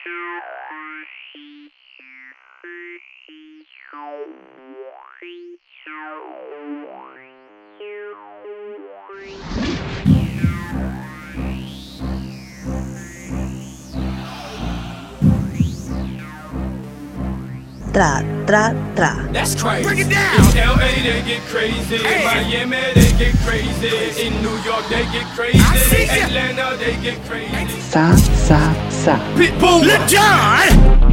Tra, tra, tra. That's crazy. Break it down. In LA they get crazy. Hey. Miami they get crazy. In New York they get crazy. Atlanta they get crazy. Sa, sa, sa. Pitbull, let John.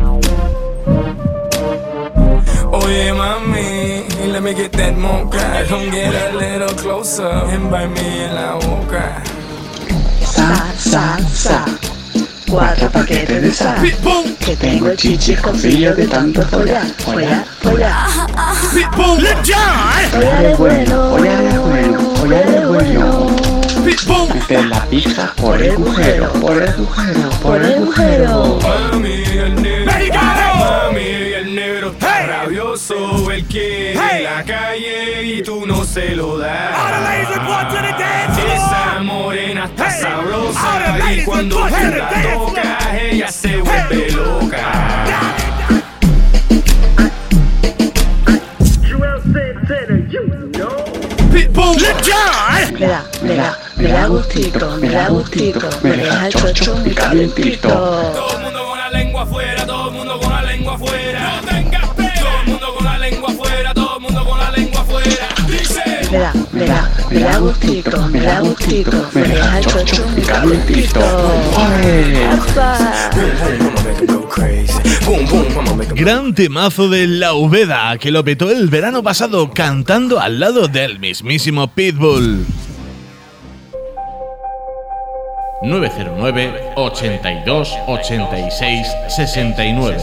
Oye mami, let me get that mocha. Come get a little closer and bite me en la boca. Sa, sa, sa. 4 paquetes de sal. Pitbull, Que tengo el chichi confío de tanto follar, follar, follar. Pitbull, let John. Follar es bueno, follar es bueno, follar es bueno. Pitbull, Meter la pija por el agujero, por el agujero, por el agujero. mami el negro, mami el negro está rabioso. Él quiere la calle y tú no se lo das. Esa morena está sabrosa y cuando tú la tocas ella se vuelve loca. Pitbull, let John. Me da gustito, me da gustito, me deja el chocho muy calentito. Todo el mundo con la lengua afuera, todo el mundo con la lengua afuera. No tengas pena. Todo el mundo con la lengua afuera, todo el mundo con la lengua afuera. Dice. Me da gustito, me da gustito, me deja el chocho muy calentito. ¡Oye! Gran temazo de La Úbeda, que lo petó el verano pasado cantando al lado del mismísimo Pitbull. 909 82 86 69.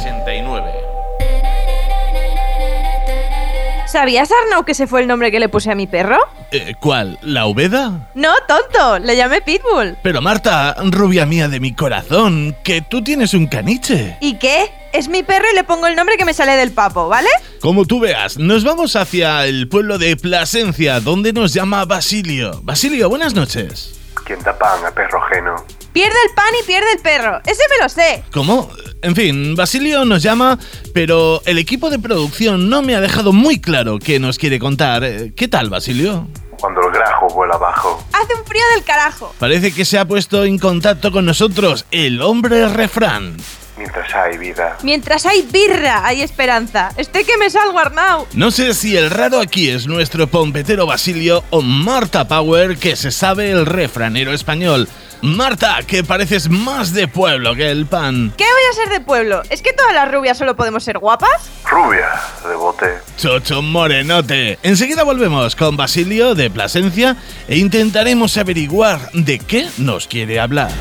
¿Sabías, Arnau, que ese fue el nombre que le puse a mi perro? ¿Cuál? ¿La Úbeda? No, tonto, le llamé Pitbull. Pero Marta, rubia mía de mi corazón, que tú tienes un caniche. ¿Y qué? Es mi perro y le pongo el nombre que me sale del papo, ¿vale? Como tú veas, nos vamos hacia el pueblo de Plasencia, donde nos llama Basilio. Basilio, buenas noches. ¿Quién da pan a perro ajeno? Pierde el pan y pierde el perro. Ese me lo sé. ¿Cómo? En fin, Basilio nos llama, pero el equipo de producción no me ha dejado muy claro qué nos quiere contar. ¿Qué tal, Basilio? Cuando el grajo vuela abajo. Hace un frío del carajo. Parece que se ha puesto en contacto con nosotros el hombre refrán. Mientras hay vida. Mientras hay birra, hay esperanza. Estoy que me salgo, Arnau. No sé si el raro aquí es nuestro pompetero Basilio o Marta Power, que se sabe el refranero español. Marta, que pareces más de pueblo que el pan. ¿Qué voy a ser de pueblo? ¿Es que todas las rubias solo podemos ser guapas? Rubia, de bote. Chocho morenote. Enseguida volvemos con Basilio de Plasencia e intentaremos averiguar de qué nos quiere hablar.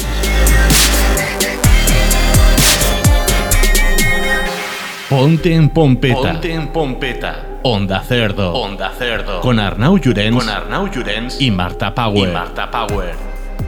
Ponte en Pompeta. Ponte en Pompeta. Onda Cerdo. Onda Cerdo. Con Arnau Llorens. Con Arnau Llorens y Marta Power. Y Marta Power.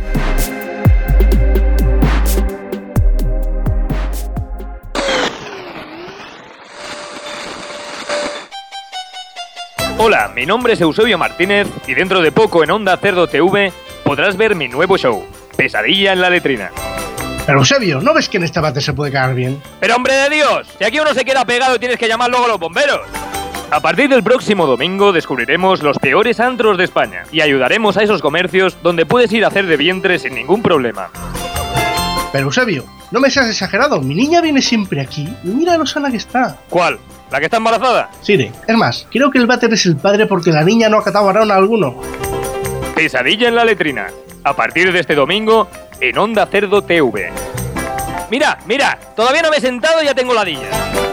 Hola, mi nombre es Eusebio Martínez y dentro de poco en Onda Cerdo TV podrás ver mi nuevo show, Pesadilla en la letrina. Pero Eusebio, ¿no ves que en este bate se puede caer bien? ¡Pero hombre de Dios! Si aquí uno se queda pegado tienes que llamar luego a los bomberos. A partir del próximo domingo descubriremos los peores antros de España y ayudaremos a esos comercios donde puedes ir a hacer de vientre sin ningún problema. Pero Eusebio, no me seas exagerado, mi niña viene siempre aquí y mira lo sana que está. ¿Cuál? ¿La que está embarazada? Sí, es más, creo que el váter es el padre porque la niña no ha catado varón alguno. Pesadilla en la letrina. A partir de este domingo en Onda Cerdo TV. Mira, todavía no me he sentado y ya tengo ladilla.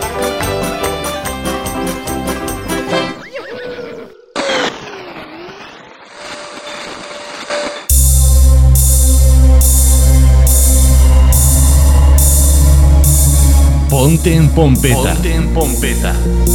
Ponte en Pompeta. Ponte en Pompeta.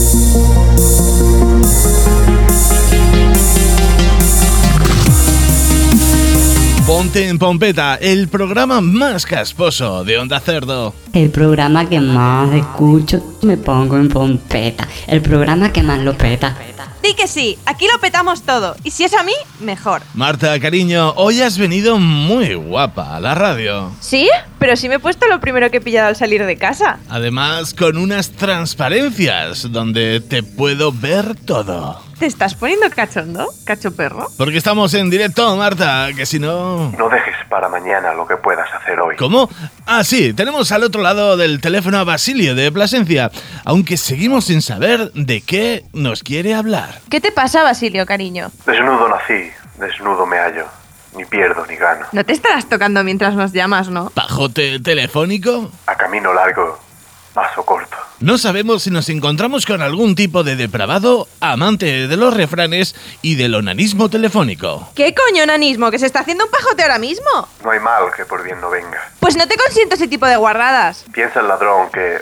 Ponte en Pompeta, el programa más casposo de Onda Cerdo. El programa que más escucho, me pongo en pompeta. El programa que más lo peta. ¡Ding que sí. Aquí lo petamos todo. Y si es a mí, mejor. Marta, cariño, hoy has venido muy guapa a la radio. ¿Sí? Pero sí me he puesto lo primero que he pillado al salir de casa. Además, con unas transparencias donde te puedo ver todo. ¿Te estás poniendo cachondo, cacho perro? Porque estamos en directo, Marta, que si no... No dejes para mañana lo que puedas hacer hoy. ¿Cómo? Ah, sí, tenemos al otro lado del teléfono a Basilio de Plasencia, aunque seguimos sin saber de qué nos quiere hablar. ¿Qué te pasa, Basilio, cariño? Desnudo nací, desnudo me hallo. Ni pierdo ni gano. No te estarás tocando mientras nos llamas, ¿no? ¿Pajote telefónico? A camino largo, paso corto. No sabemos si nos encontramos con algún tipo de depravado, amante de los refranes y del onanismo telefónico. ¿Qué coño onanismo? ¿Que se está haciendo un pajote ahora mismo? No hay mal que por bien no venga. Pues no te consiento ese tipo de guarradas. Piensa el ladrón que...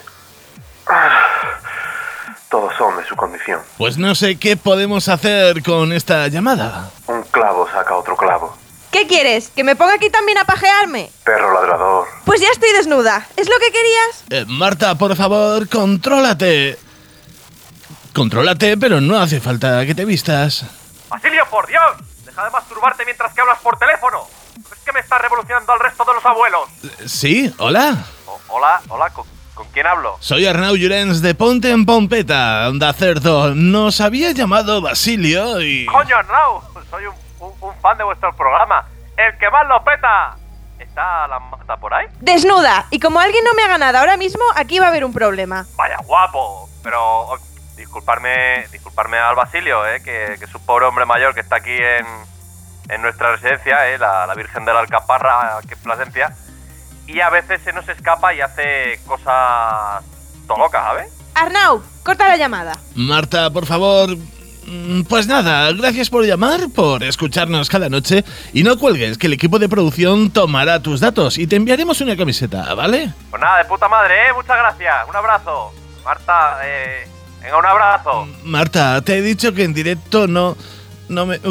todos son de su condición. Pues no sé qué podemos hacer con esta llamada. Un clavo saca otro clavo. ¿Qué quieres? ¿Que me ponga aquí también a pajearme? Perro ladrador. Pues ya estoy desnuda. ¿Es lo que querías? Marta, por favor, contrólate. Contrólate, pero no hace falta que te vistas. ¡Basilio, por Dios! Deja de masturbarte mientras que hablas por teléfono. ¿Es que me estás revolucionando al resto de los abuelos? ¿Sí? ¿Hola? Hola, ¿con quién hablo? Soy Arnau Llorens de Ponte en Pompeta, Onda Cerdo. Nos había llamado Basilio y... ¡Coño, Arnau! Soy un fan de vuestro programa. ¡El que más lo peta! ¿Está la Marta por ahí? Desnuda. Y como alguien no me haga nada ahora mismo, aquí va a haber un problema. Vaya guapo. Pero disculparme al Basilio, que es un pobre hombre mayor que está aquí en nuestra residencia, la Virgen de la Alcaparra, aquí en Plasencia. Y a veces se nos escapa y hace cosas todo locas, ¿sabes? Arnau, corta la llamada. Marta, por favor... Pues nada, gracias por llamar, por escucharnos cada noche y no cuelgues, que el equipo de producción tomará tus datos y te enviaremos una camiseta, ¿vale? Pues nada, de puta madre, muchas gracias, un abrazo. Marta, venga, un abrazo. Marta, te he dicho que en directo no me...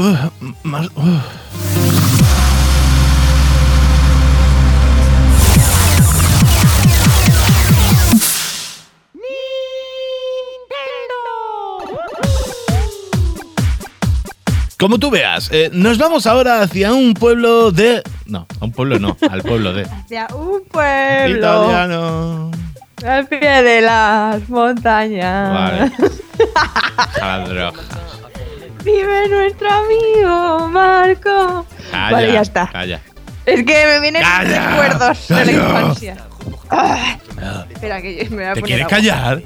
Como tú veas, nos vamos ahora hacia un pueblo de... No, a un pueblo no, al pueblo de... Hacia un pueblo italiano. al pie de las montañas. Vale. A la droga. Vive nuestro amigo Marco. Calla, Vale, ya está. Calla. Es que me vienen Calla, recuerdos de la calla. infancia. Espera, que yo me voy a ¿Te poner quieres agua. callar?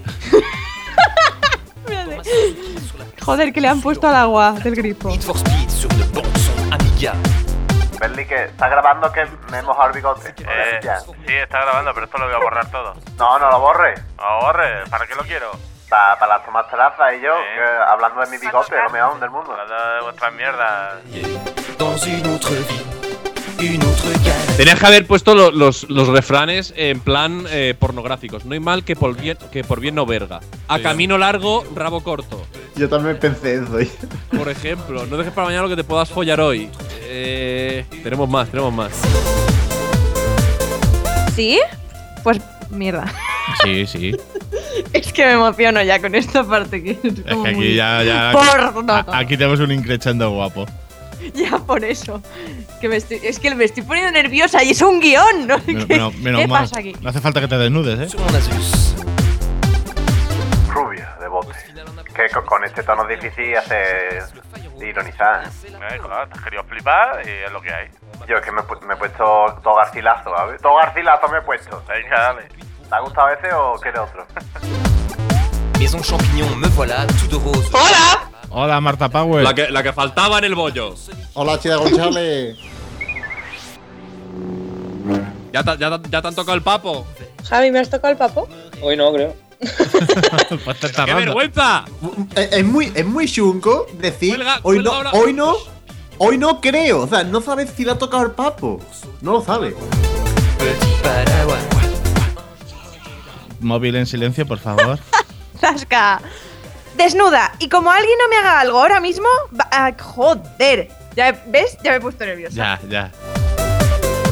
Joder, que le han puesto al agua del grifo. Berli, que está grabando que me he mojado el bigote. Sí, está grabando, pero esto lo voy a borrar todo. No lo borre. No borre, ¿para qué lo quiero? Para las tomas terrazas y yo, hablando de mi bigote, lo mejor del mundo. Hablando de vuestras mierdas. Tenías que haber puesto los refranes en plan pornográficos. No hay mal que por bien no verga. A camino largo, rabo corto. Yo también pensé eso. Por ejemplo, no dejes para mañana lo que te puedas follar hoy. Tenemos más. ¿Sí? Pues mierda. Sí. Es que me emociono ya con esta parte que es como Es que aquí muy ya porno. aquí tenemos un increchendo guapo. Ya por eso. Que me estoy poniendo nerviosa y es un guión, ¿no? Menos ¿Qué mal. pasa aquí? No hace falta que te desnudes, ¿eh? Rubia, de bote. Que con este tono difícil hace ironizar. Claro, te has querido flipar y es lo que hay. Yo es que me he puesto todo garcilazo, ¿sabes? Todo garcilazo me he puesto. Venga, dale. ¿Te ha gustado ese o quieres otro? Maison champignon, me voilà, tout de rose. ¡Hola! Hola, Marta Power. La que faltaba en el bollo. Hola, Chida González. ¿Ya te han tocado el papo? Javi, ¿me has tocado el papo? Hoy no, creo. Pues te ¡Qué vergüenza! Es muy chungo decir hoy no creo. O sea, no sabes si le ha tocado el papo. No lo sabes. Móvil en silencio, por favor. ¡Zasca! Desnuda. Y como alguien no me haga algo ahora mismo... ¡Joder! ¿Ves? Ya me he puesto nerviosa. Ya.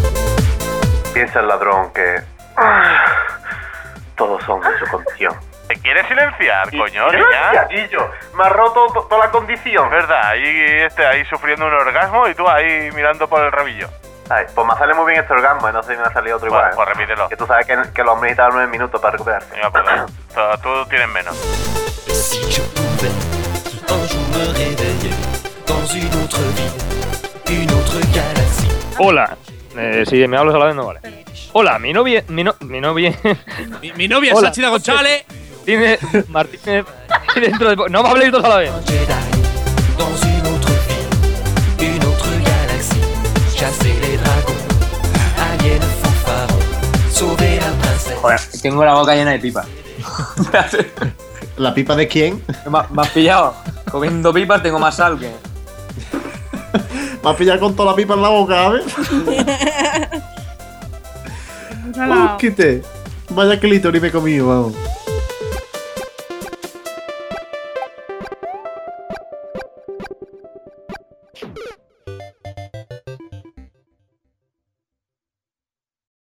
Piensa el ladrón que... todos son de su condición. ¿Te quieres silenciar, coño, silencia, niña? Guillo, me has roto toda la condición. ¿Verdad? Ahí sufriendo un orgasmo y tú ahí mirando por el rabillo. Ay, pues me sale muy bien este orgasmo, no sé si me ha salido otro igual. Pues repítelo. Que tú sabes que los hombres necesitan 9 minutos para recuperarse. Tú tienes menos. Si je pouvais un jour me réveiller dans une autre ville, une autre galaxie. Hola. Si me hablas a la vez no vale. Hola, mi novia. Mi novia es Sachida González. Tiene Martínez. Dentro de. No me habléis dos a la vez. Dans une autre ville, une autre galaxie. Chasser les dragons, aliens fanfarons, sauver la princesse. Joder, tengo la boca llena de pipas. ¿La pipa de quién? Me has pillado. Comiendo pipas tengo más sal que. Me has pillado con toda la pipa en la boca, ¿sabes? Quite. Vaya clítoris me he comido, vamos.